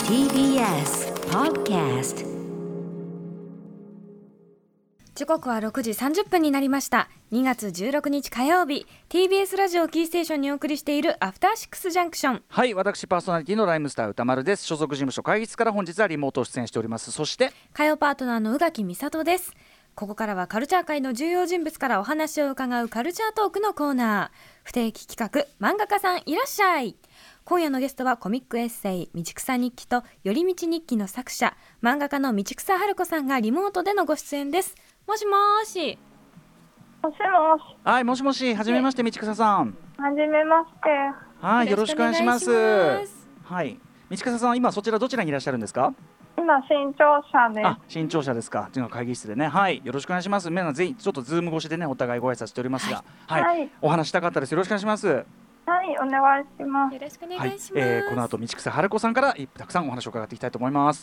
TBS Podcast。 時刻は6時30分になりました。2月16日火曜日、 TBS ラジオキーステーションにお送りしているアフターシックスジャンクション。 はい、私パーソナリティのライムスター歌丸です。所属事務所会議室から本日はリモート出演しております。そして火曜パートナーの宇垣美里です。ここからはカルチャー界の重要人物からお話を伺うカルチャートークのコーナー。不定期企画、漫画家さんいらっしゃい。今夜のゲストはコミックエッセイ道草日記と寄り道日記の作者、漫画家の道草春子さんがリモートでのご出演です。もしもーし。 もしもし。 はい、もしもし、はじめまして、道草さん。 はじめまして。 はい、よろしくお願いします。 よろしくお願いします。 はい、道草さんは今そちらどちらにいらっしゃるんですか？ 今新潮社です。 新潮社ですか。次の会議室でね。はい、よろしくお願いします。皆さんぜひちょっとズーム越しでねお互いご挨拶しておりますが、はい、 はい、 お話したかったです。よろしくお願いします。 はい、お願いします。 よろしくお願いします。 はい、この後道草春子さんからたくさんお話を伺っていきたいと思います。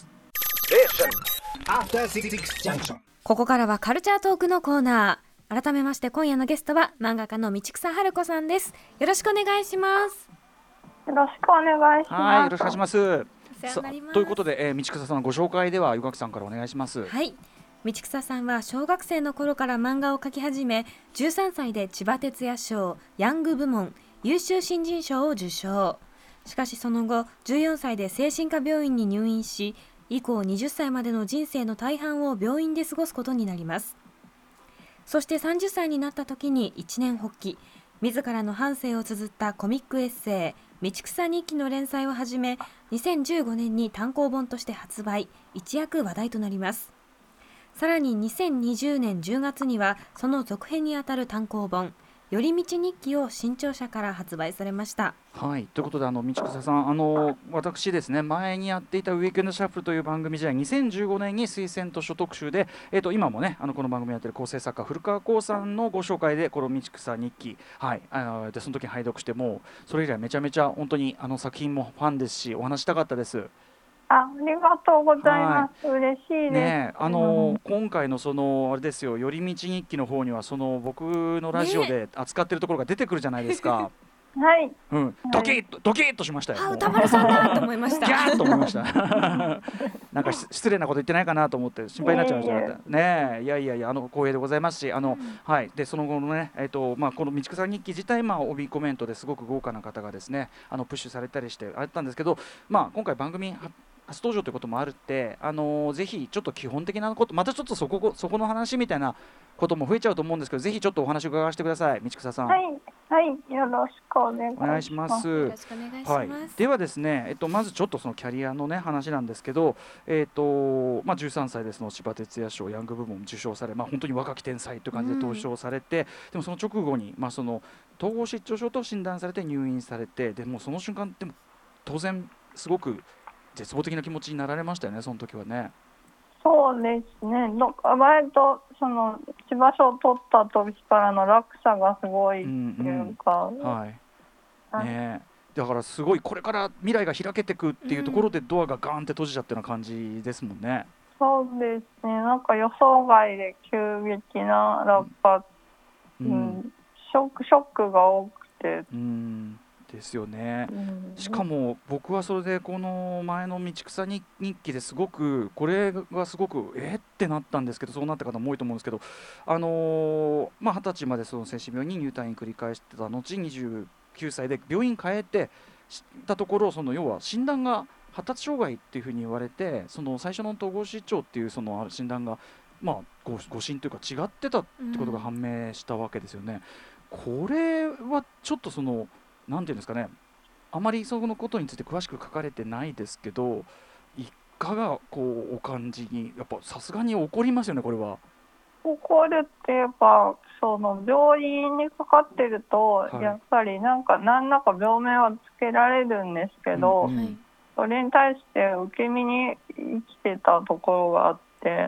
ここからはカルチャートークのコーナー。改めまして今夜のゲストは漫画家の道草春子さんです。よろしくお願いします。 よろしくお願いします。 はい、よろしくお願いします。 お世話になります。 ということで、道草さんのご紹介では宇垣さんからお願いします。 はい、道草さんは小学生の頃から漫画を描き始め、13歳で千葉哲也賞ヤング部門優秀新人賞を受賞。しかしその後14歳で精神科病院に入院し、以降20歳までの人生の大半を病院で過ごすことになります。そして30歳になった時に一念発起、自らの半生を綴ったコミックエッセイ道草日記の連載を始め、2015年に単行本として発売、一躍話題となります。さらに2020年10月にはその続編にあたる単行本寄り道日記を新潮社から発売されました。 はい、ということで道草さん、私ですね、前にやっていたウィークエンドシャッフルという番組時代2015年に推薦図書特集で、今もねこの番組やってる構成作家古川光さんのご紹介でこの道草日記、はい、でその時に拝読して、もうそれ以来めちゃめちゃ本当に作品もファンですしお話したかったです。 ありがとうございます。嬉しいです。 ね、今回のあれですよ、寄り道日記の方には僕のラジオで扱ってるところが出てくるじゃないですか。 はい、 ドキッとしましたよ。 歌丸さんだと思いました。 ギャーッと思いましたなんか失礼なこと言ってないかなと思って心配になっちゃいましたね。いや光栄でございますし、はい、でその後のね、この道草日記自体、帯コメントですごく豪華な方がですねプッシュされたりしてあったんですけど、今回番組初登場ということもあるって、ぜひちょっと基本的なこと、またちょっとそこの話みたいなことも増えちゃうと思うんですけど、ぜひちょっとお話を伺わせてください、道草さん。 はい、はい、よろしくお願いします。 よろしくお願いします。 はい、ではですね、まずちょっとそのキャリアのね話なんですけど、13歳ですの千葉哲也賞ヤング部門受賞され、本当に若き天才という感じで登場されて、でもその直後に、その統合失調症と診断されて入院されて、でもその瞬間でも当然すごく絶望的な気持ちになられましたよね、その時はね。 そうですね。割とその千葉賞を取った時からの落差がすごいっていうか、 はいね、だからすごいこれから未来が開けていくっていうところでドアがガーンって閉じちゃったような感じですもんね。 そうですね。なんか予想外で急激な落下、ショックが多くて。 ですよね。しかも僕はそれでこの前の道草日記ですごくこれがすごくってなったんですけど、そうなった方も多いと思うんですけど、20歳までその精神病に入退院繰り返してた後、29歳で病院変えて知ったところ、要は診断が発達障害っていうふうに言われて、その最初の統合失調っていうその診断が誤診というか違ってたってことが判明したわけですよね。これはちょっとなんていうんですかね、あまりそのことについて詳しく書かれてないですけど、いかがお感じに、やっぱさすがに起こりますよね、これは。 起こるって言えば、その病院にかかってると、やっぱり何らか病名はつけられるんですけど、それに対して受け身に生きてたところがあって、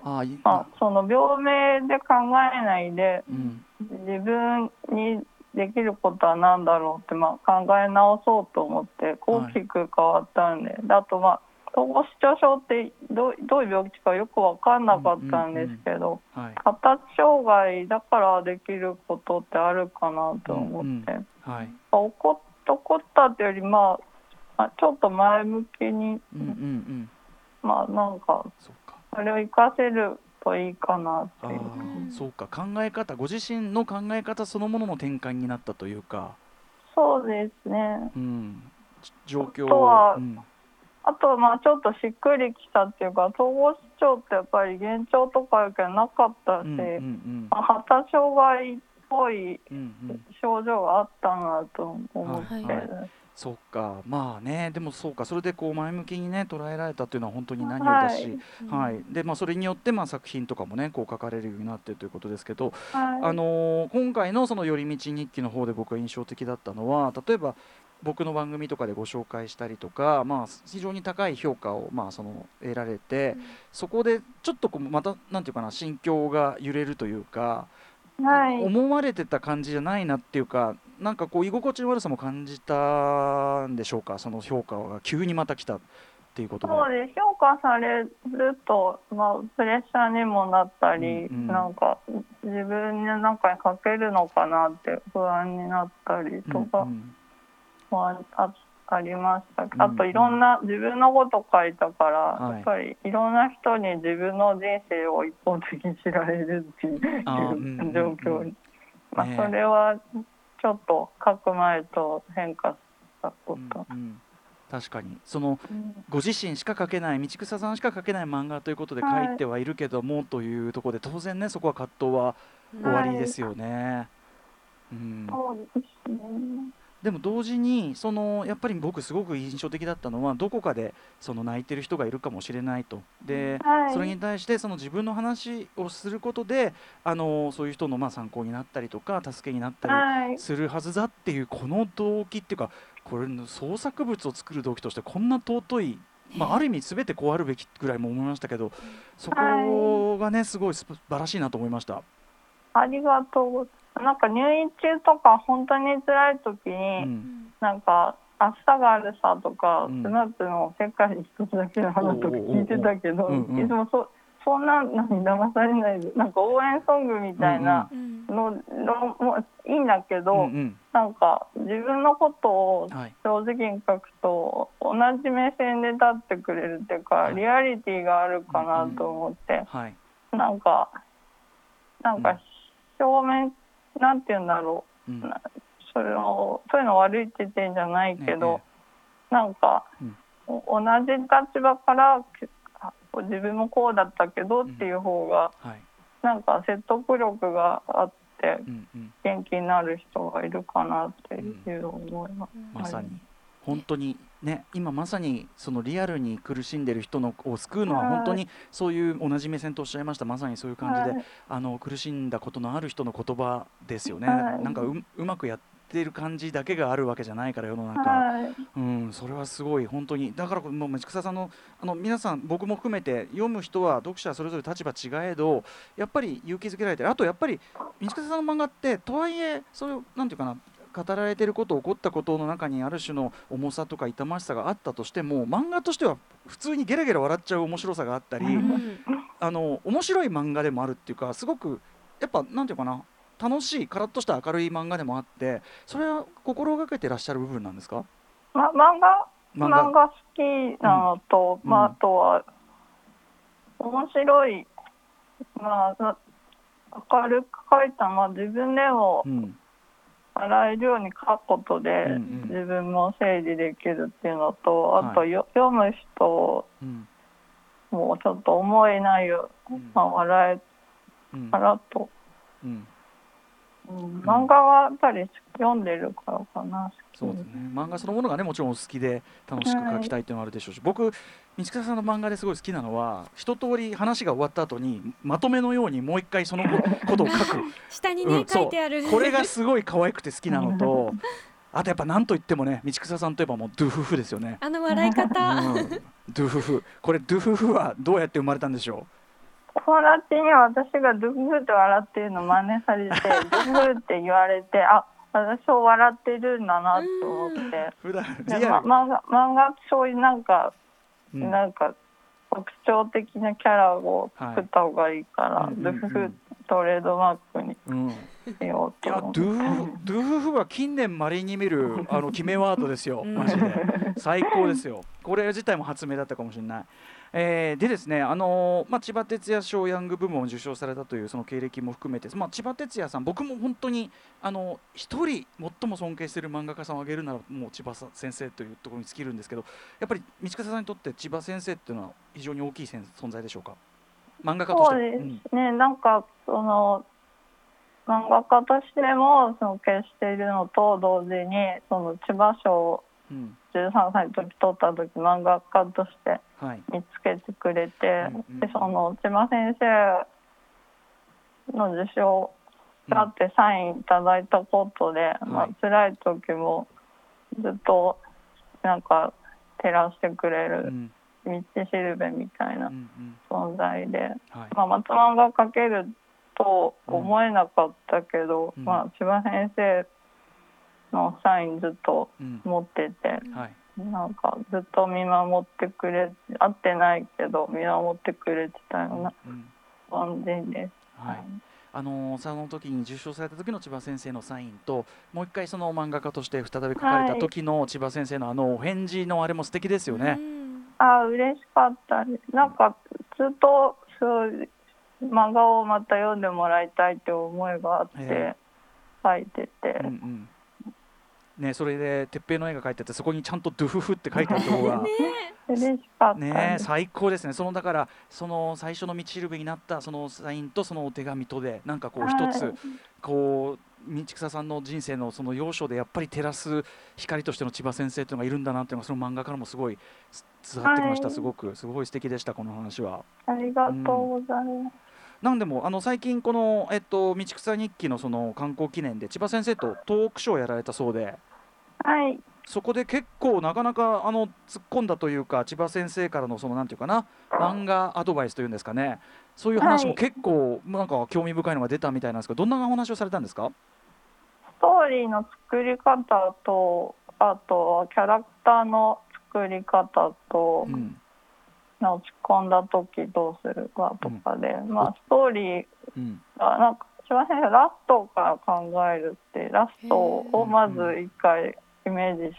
その病名で考えないで、自分にできることは何だろうって考え直そうと思って大きく変わったんで、あと統合失調症ってどういう病気かよく分かんなかったんですけど、発達障害だからできることってあるかなと思って、起こったっていうよりちょっと前向きに、なんかそれを活かせるといいかなっていう。 そうか、考え方、ご自身の考え方そのものの転換になったというか。 そうですね、 状況あとちょっとしっくりきたっていうか、統合失調ってやっぱり幻聴とかよりなかったし、発達障害っぽい症状があったなと思って、 そっか、でもそうか、それでこう前向きにね捉えられたというのは本当に何よりだし、でそれによって作品とかもねこう書かれるようになっているということですけど、今回のその寄り道日記の方で僕が印象的だったのは、例えば僕の番組とかでご紹介したりとか、非常に高い評価を得られて、そこでちょっとこうまたなんていうかな、心境が揺れるというか、思われてた感じじゃないなっていうか、なんかこう居心地の悪さも感じたんでしょうか、その評価が急にまた来たっていうことで。 そうです、評価されると、プレッシャーにもなったり、なんか自分の中に書けるのかなって不安になったりとかもありました。あといろんな自分のこと書いたから、やっぱりいろんな人に自分の人生を一方的に知られるっていう状況に、それはちょっと書く前と変化したこと、 確かにその、ご自身しか書けない、道草さんしか書けない漫画ということで書いてはいるけども、というところで当然ね、そこは葛藤は終わりですよね。 そうですね。 でも同時にやっぱり僕すごく印象的だったのは、どこかで泣いてる人がいるかもしれないと。で、それに対して自分の話をすることでそういう人の参考になったりとか助けになったりするはずだっていう、この動機っていうか、これの創作物を作る動機としてこんな尊い、ある意味全てこうあるべきぐらいも思いましたけど、そこがねすごい素晴らしいなと思いました。 ありがとうございます。なんか入院中とか本当に辛い時に、なんか明日があるさとか、スナップの世界に一つだけの花とか聞いてたけど、いつもそんなのに騙されないで、なんか応援ソングみたいなのもいいんだけど、なんか自分のことを正直に書くと同じ目線で立ってくれるっていうか、リアリティがあるかなと思って、なんか正面なんて言うんだろう、そういうの悪いって言ってんじゃないけど、なんか、同じ立場から自分もこうだったけどっていう方が、なんか説得力があって元気になる人がいるかなっていう思います。 まさに本当にね、今まさにそのリアルに苦しんでる人を救うのは本当にそういう同じ目線とおっしゃいました、まさにそういう感じで、苦しんだことのある人の言葉ですよね。なんか うまくやっている感じだけがあるわけじゃないから世の中、それはすごい本当に。だからもう道草さんの皆さん、僕も含めて読む人は読者それぞれ立場違えど、やっぱり勇気づけられてる。あとやっぱり道草さんの漫画ってとはいえそれをなんていうかな、語られていること、起こったことの中にある種の重さとか痛ましさがあったとしても、漫画としては普通にゲラゲラ笑っちゃう面白さがあったり、面白い漫画でもあるっていうか、すごくやっぱなんていうかな、楽しいカラッとした明るい漫画でもあって、それは心がけてらっしゃる部分なんですか？ 漫画好きなのと、あとは面白い、明るく描いた、自分でも笑えるように書くことで、自分も整理できるっていうのと、あと読む人もちょっと思いないよ、笑えからと、漫画はやっぱり読んでるからかな。 そうですね、漫画そのものがねもちろんお好きで楽しく描きたいっていうのもあるでしょうし、僕道草さんの漫画ですごい好きなのは、一通り話が終わった後にまとめのようにもう一回そのことを書く下にね、書いてある、 これがすごい可愛くて好きなのとあとやっぱ何と言ってもね、道草さんといえばもうドゥフフですよね。 笑い方、 ドゥフフ、これドゥフフはどうやって生まれたんでしょう？ 友達に私がドゥフフって笑ってるの真似されてドゥフフって言われて、私を笑ってるんだなと思って、 普段漫画そういうなんか特徴的なキャラを作った方がいいから、ドゥフフトレードマークにしようと思って、 ドゥーフは近年まれに見る決めワードですよ、マジで最高ですよ。これ自体も発明だったかもしれない。でですね、千葉哲也賞ヤング部門を受賞されたというその経歴も含めて、千葉哲也さん、僕も本当に一人最も尊敬している漫画家さんを挙げるならもう千葉先生というところに尽きるんですけど、やっぱり道草さんにとって千葉先生っていうのは非常に大きい存在でしょうか、漫画家として。 そうですね、なんかその漫画家としても尊敬しているのと同時に、その千葉賞を13歳の時取った時、漫画家として見つけてくれて、でその千葉先生の受賞があってサインいただいたことで、辛い時もずっとなんか照らしてくれる道しるべみたいな存在で、また漫画描けると思えなかったけど、千葉先生のサインずっと持ってて、なんかずっと見守ってくれ、会ってないけど見守ってくれてたような感じです。 その時に受賞された時の千葉先生のサインと、もう一回その漫画家として再び書かれた時の千葉先生のお返事のあれも素敵ですよね。 嬉しかったです。なんかずっとそう漫画をまた読んでもらいたいって思いがあって書いてて、 それで鉄平の絵が描いてて、そこにちゃんとドゥフフって書いてあるところが嬉しかったです。 最高ですね。だからその最初の道しるべになったそのサインとそのお手紙とで、なんかこう一つこう道草さんの人生のその要所でやっぱり照らす光としての千葉先生というのがいるんだなっていうのが、その漫画からもすごい伝わってきました。すごい素敵でした、この話は。 ありがとうございます。 なんでも最近この道草日記のその刊行記念で千葉先生とトークショーをやられたそうで、そこで結構なかなか突っ込んだというか、千葉先生からのそのなんていうかな、漫画アドバイスというんですかね、そういう話も結構なんか興味深いのが出たみたいなんですけど、どんなお話をされたんですか？ ストーリーの作り方と、あとはキャラクターの作り方と、落ち込んだ時どうするかとかで、ストーリーがなんか千葉先生ラストから考えるって、ラストをまず一回イメージして、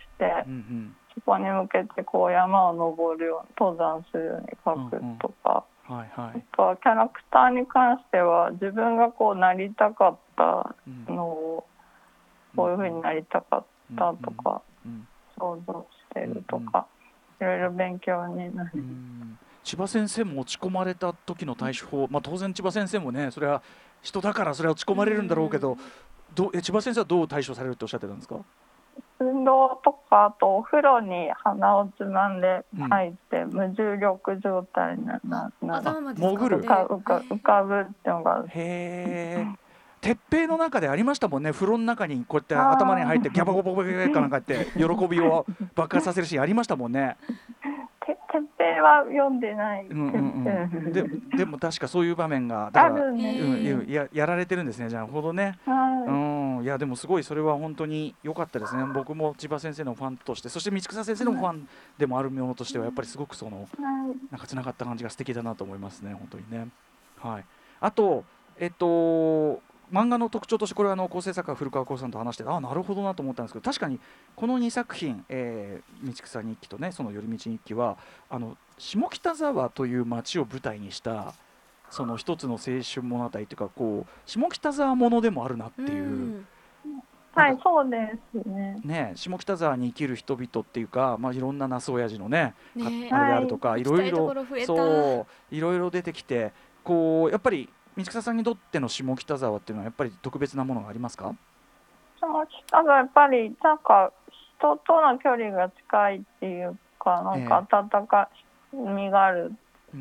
そこに向けてこう山を登るように登山するように描くとか、あとはキャラクターに関しては自分がこうなりたかったのをこういう風になりたかったとか想像してるとか、いろいろ勉強になる。 千葉先生も落ち込まれた時の対処法、当然千葉先生もね、それは人だからそれは落ち込まれるんだろうけど、千葉先生はどう対処されるっておっしゃってたんですか？ 運動とか、あとお風呂に鼻をつまんで入って無重力状態になる、 潜る、 浮かぶっていうのが。 鉄平の中でありましたもんね。風呂の中にこうやって頭に入ってギャバゴボボギャかなんかって喜びを爆発させるシーンありましたもんね。 鉄平は読んでない。 でも確かそういう場面がだからやられてるんですね。じゃあほどね。いやでもすごいそれは本当に良かったですね。僕も千葉先生のファンとして、そして道草先生のファンでもあるものとしてはやっぱりすごくなんかつながった感じが素敵だなと思いますね、本当にね。あと漫画の特徴として、これは構成作家古川光さんと話して、なるほどなと思ったんですけど、確かにこの2作品、道草日記とね、その寄り道日記は下北沢という街を舞台にしたその一つの青春物語というか、こう下北沢ものでもあるなっていう。 そうですね。 下北沢に生きる人々っていうか、いろんな那須親父のね、あれであるとか、いろいろ出てきて、こうやっぱり道草さんにとっての下北沢っていうのはやっぱり特別なものがありますか？ 下北沢やっぱりなんか人との距離が近いっていうか、なんか温かみがある、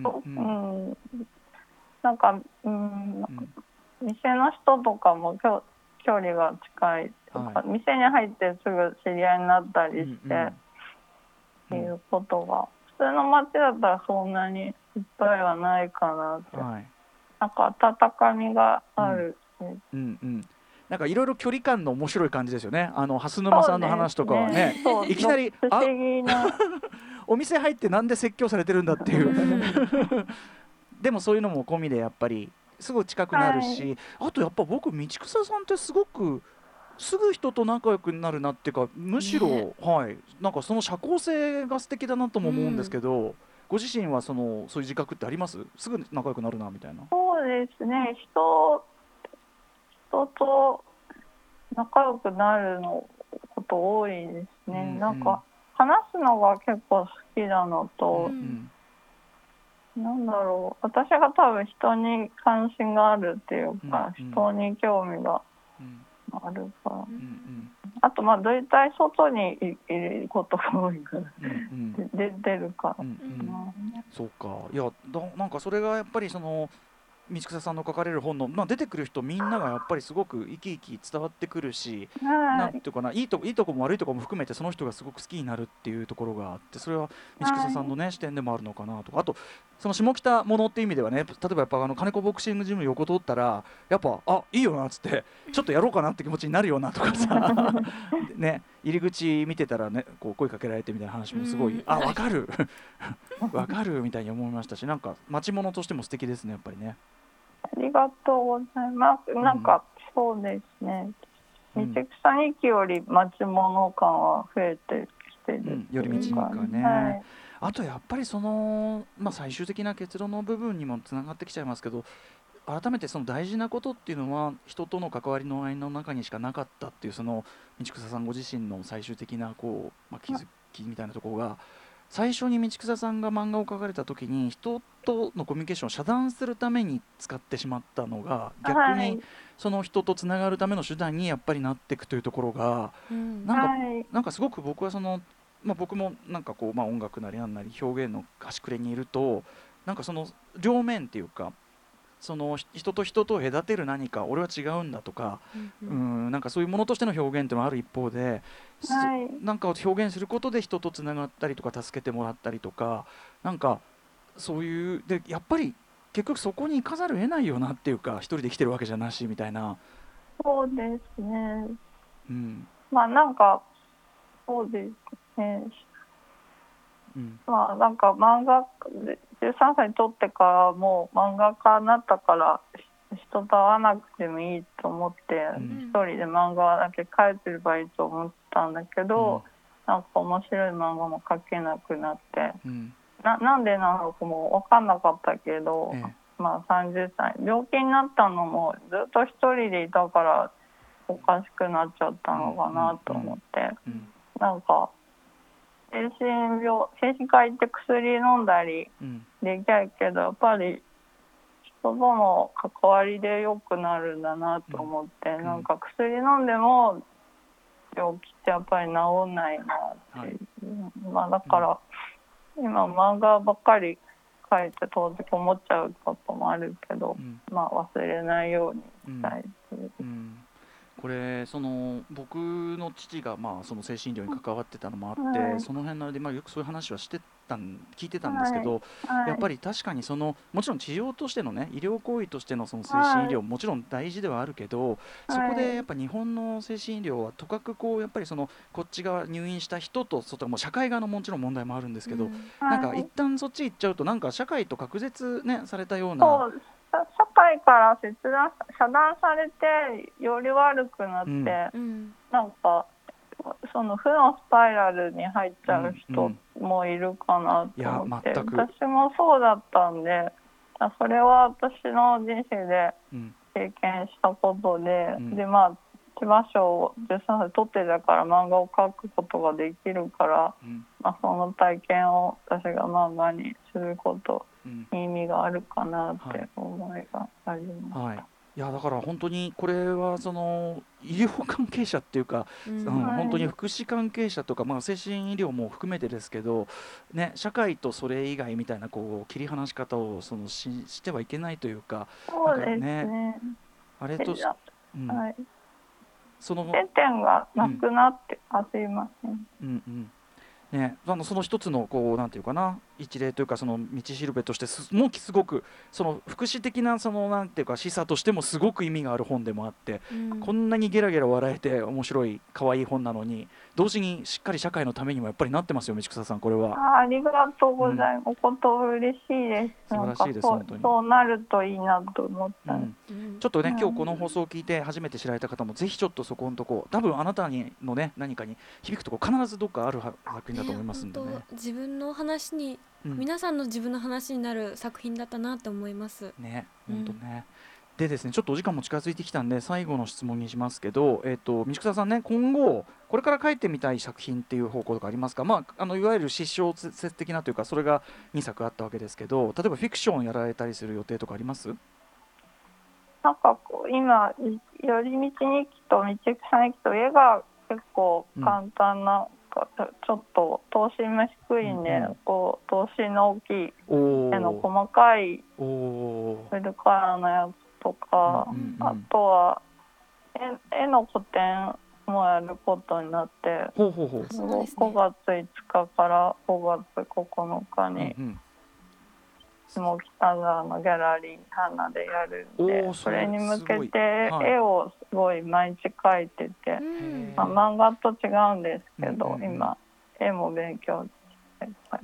なんか、店の人とかも距離が近いとか、店に入ってすぐ知り合いになったりして、っていうことが普通の街だったらそんなにいっぱいはないかなって、なんか温かみがある。 なんかいろいろ距離感の面白い感じですよね。蓮沼さんの話とかはね、いきなりお店入ってなんで説教されてるんだっていうでもそういうのも込みでやっぱりすぐ近くなるし、あとやっぱ僕道草さんってすごくすぐ人と仲良くなるなっていうか、むしろ、 ね、 はい、なんかその社交性が素敵だなとも思うんですけど、ご自身はそういう自覚ってあります？すぐ仲良くなるなみたいな。 そうですね、人と仲良くなるのこと多いですね、なんか話すのが結構好きなのと、なんだろう、私が多分人に関心があるっていうか、人に興味があるから、あと大体外にいることが多いから、出るから、 そうか。いやなんかそれがやっぱり道草さんの書かれる本の、出てくる人みんながやっぱりすごく生き生き伝わってくるし、なんていうかな、いいとこも悪いとこも含めてその人がすごく好きになるっていうところがあって、それは道草さんのね、視点でもあるのかなとか、あとその下北ものっていう意味ではね、例えばやっぱ金子ボクシングジム横通ったらやっぱいいよなっつってちょっとやろうかなって気持ちになるよなとかさね、入り口見てたらね、こう声かけられてみたいな話もすごい分かる分かるみたいに思いましたし、なんか街物としても素敵ですね、やっぱりね。 ありがとうございます。なんかそうですね、道草日記より街物感は増えてきてる、 寄り道かね、あとやっぱり最終的な結論の部分にもつながってきちゃいますけど、改めてその大事なことっていうのは人との関わりの間の中にしかなかったっていう、道草さんご自身の最終的な気づきみたいなところが、最初に道草さんが漫画を描かれた時に人とのコミュニケーションを遮断するために使ってしまったのが、逆にその人とつながるための手段にやっぱりなっていくというところが、なんかすごく僕は僕もなんか音楽なりなんなり表現の端くれにいると、なんかその両面っていうか、その人と人とを隔てる何か俺は違うんだとか、なんかそういうものとしての表現っていうのがある一方で、なんかを表現することで人とつながったりとか助けてもらったりとか、なんかそういうでやっぱり結局そこに行かざるを得ないよなっていうか、一人で生きてるわけじゃなしみたいな。 そうですね、なんかそうですね、なんか漫画13歳に撮ってからもう漫画家になったから人と会わなくてもいいと思って、一人で漫画だけ描いてればいいと思ったんだけど、なんか面白い漫画も描けなくなって、なんでなのかも分かんなかったけど、30歳病気になったのもずっと一人でいたからおかしくなっちゃったのかなと思って、なんか精神科行って薬飲んだりできないけど、やっぱり人との関わりで良くなるんだなと思って、なんか薬飲んでも病気ってやっぱり治んないなって、だから今漫画ばっかり描いて当然思っちゃうこともあるけど、忘れないようにしたいする。 これ僕の父がその精神医療に関わってたのもあって、その辺のでよくそういう話は聞いてたんですけど、やっぱり確かにもちろん治療としてのね、医療行為としてのその精神医療もちろん大事ではあるけど、そこでやっぱ日本の精神医療はとかくやっぱりこっち側入院した人とも社会側のもちろん問題もあるんですけど、なんか一旦そっち行っちゃうとなんか社会と隔絶ねされたような。 社会から遮断されてより悪くなって、なんかその負のスパイラルに入っちゃう人もいるかなと思って、私もそうだったんで、それは私の人生で経験したことで、千葉賞を13歳取ってたから漫画を描くことができるから、その体験を私が漫画にすることに意味があるかなって思いがありました。 いやだから本当にこれは医療関係者っていうか、本当に福祉関係者とか、精神医療も含めてですけど、ね、社会とそれ以外みたいな切り離し方をしてはいけないというか、 そうですね、 あれと接点がなくなって、すいません。 ね、その一つのこうなんていうかな一例というかその道しるべとしてもうすごくその福祉的なそのなんていうか示唆としてもすごく意味がある本でもあって、こんなにゲラゲラ笑えて面白い可愛い本なのに同時にしっかり社会のためにもやっぱりなってますよ道草さんこれは。 ありがとうございます、おこと嬉しいです。 素晴らしいです本当に。 そうなるといいなと思った、 ちょっとね、今日この放送を聞いて初めて知られた方もぜひちょっとそこのとこ多分あなたのね何かに響くとこ必ずどっかある作品だと思いますんでね。 自分の話に、皆さんの自分の話になる作品だったなと思いますね。本当ね、でですねちょっとお時間も近づいてきたんで最後の質問にしますけど、道草さんね今後これから書いてみたい作品っていう方向とかありますか。まあ、いわゆる失笑説的なというかそれが2作あったわけですけど、例えばフィクションやられたりする予定とかあります？ なんかこう今寄り道日記と道草日記と絵が結構簡単な、ちょっと等身も低いんで、こう等身の大きい絵の細かいフェルカラーのやつとか、あとは絵の個展もやることになって、5月5日から5月9日に下北沢のギャラリー花でやるんで、それに向けて絵をすごい毎日描いてて、漫画と違うんですけど、今絵も勉強して。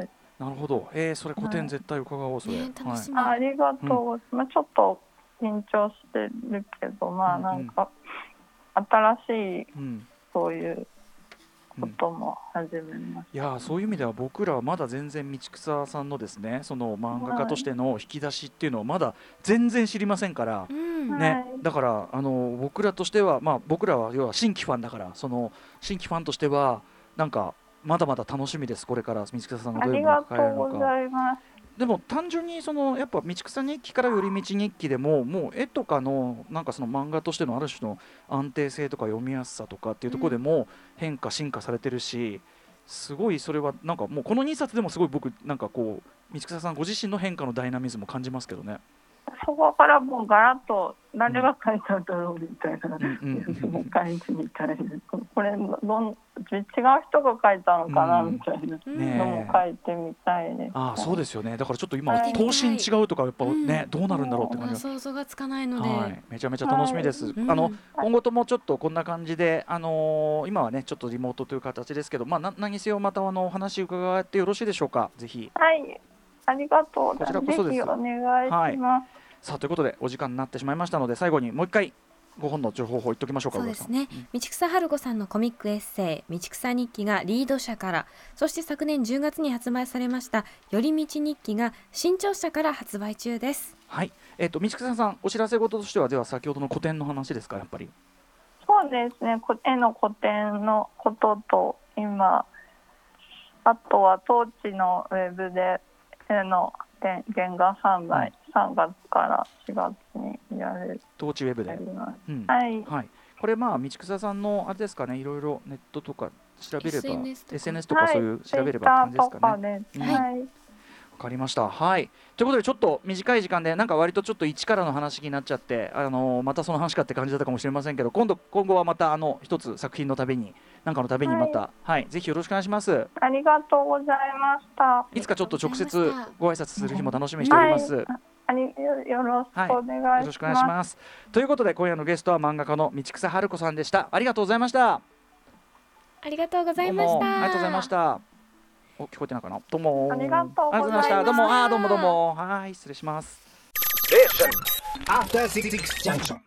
なるほど、それ個展絶対伺おうそれ、 楽しみ。 ありがとう、ちょっと緊張してるけど、なんか新しいそういうことも始めます。 いやそういう意味では僕らはまだ全然道草さんのですねその漫画家としての引き出しっていうのをまだ全然知りませんから、ね、だから僕らとしては、僕らは要は新規ファンだからその新規ファンとしてはなんかまだまだ楽しみです。これから道草さんがどういうものを書かれるのか。 ありがとうございます。 でも単純にそのやっぱ道草日記から寄り道日記でももう絵とかのなんかその漫画としてのある種の安定性とか読みやすさとかっていうところでも変化進化されてるし、すごいそれはなんかもうこの2冊でもすごい僕なんかこう道草さんご自身の変化のダイナミズムを感じますけどね。 そこからもうガラッと誰が書いたんだろうみたいな感じみたいで、これ違う人が書いたのかなみたいなのも書いてみたいです。 そうですよね。だからちょっと今等身違うとかやっぱね、どうなるんだろうって感じが想像がつかないので、 めちゃめちゃ楽しみです。今後ともちょっとこんな感じで今はねちょっとリモートという形ですけど、何せよまたお話伺ってよろしいでしょうか。ぜひ。 はい、ありがとう。 こちらこそです。 ぜひお願いします。 さあということでお時間になってしまいましたので最後にもう一回5本の情報を言っておきましょうか。 そうですね、道草春子さんのコミックエッセイ道草日記がリード社から、そして昨年10月に発売されました寄り道日記が新潮社から発売中です。 はい、道草さんお知らせ事としてはでは先ほどの個展の話ですか。やっぱりそうですね、絵の個展のことと今あとは当地のウェブで絵の原画販売、3月から4月にやる当地ウェブで、 はい、 これ道草さんのあれですかね、いろいろネットとか調べれば SNS とかそういう調べれば感じですかね。わかりました。はい、ということでちょっと短い時間でなんか割とちょっと一からの話になっちゃってまたその話かって感じだったかもしれませんけど、今後はまた一つ作品のたびになんかのたびにまた、ぜひよろしくお願いします。 ありがとうございました。 いつかちょっと直接ご挨拶する日も楽しみにしております。 よろしくお願いします。 ということで今夜のゲストは漫画家の道草春子さんでした。ありがとうございました。 ありがとうございました。 ありがとうございました。聞こえてないかな。どうもありがとうございました。 どうもどうもはい失礼します。